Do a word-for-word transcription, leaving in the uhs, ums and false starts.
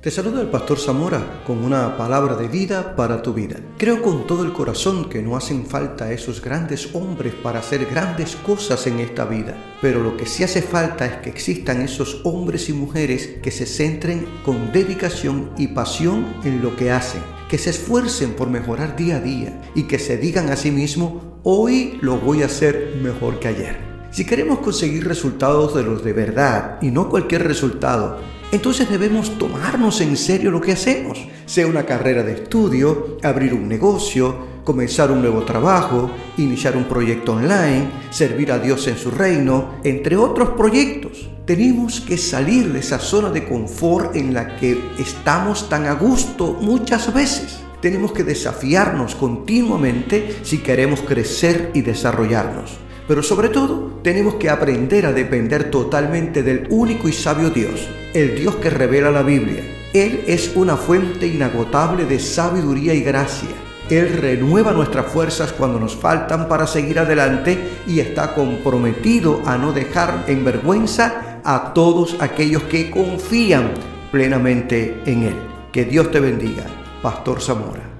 Te saluda el Pastor Zamora con una palabra de vida para tu vida. Creo con todo el corazón que no hacen falta esos grandes hombres para hacer grandes cosas en esta vida, pero lo que sí hace falta es que existan esos hombres y mujeres que se centren con dedicación y pasión en lo que hacen, que se esfuercen por mejorar día a día y que se digan a sí mismos: hoy lo voy a hacer mejor que ayer. Si queremos conseguir resultados de los de verdad y no cualquier resultado, entonces debemos tomarnos en serio lo que hacemos, sea una carrera de estudio, abrir un negocio, comenzar un nuevo trabajo, iniciar un proyecto online, servir a Dios en su reino, entre otros proyectos. Tenemos que salir de esa zona de confort en la que estamos tan a gusto muchas veces. Tenemos que desafiarnos continuamente si queremos crecer y desarrollarnos. Pero sobre todo, tenemos que aprender a depender totalmente del único y sabio Dios, el Dios que revela la Biblia. Él es una fuente inagotable de sabiduría y gracia. Él renueva nuestras fuerzas cuando nos faltan para seguir adelante y está comprometido a no dejar en vergüenza a todos aquellos que confían plenamente en Él. Que Dios te bendiga. Pastor Zamora.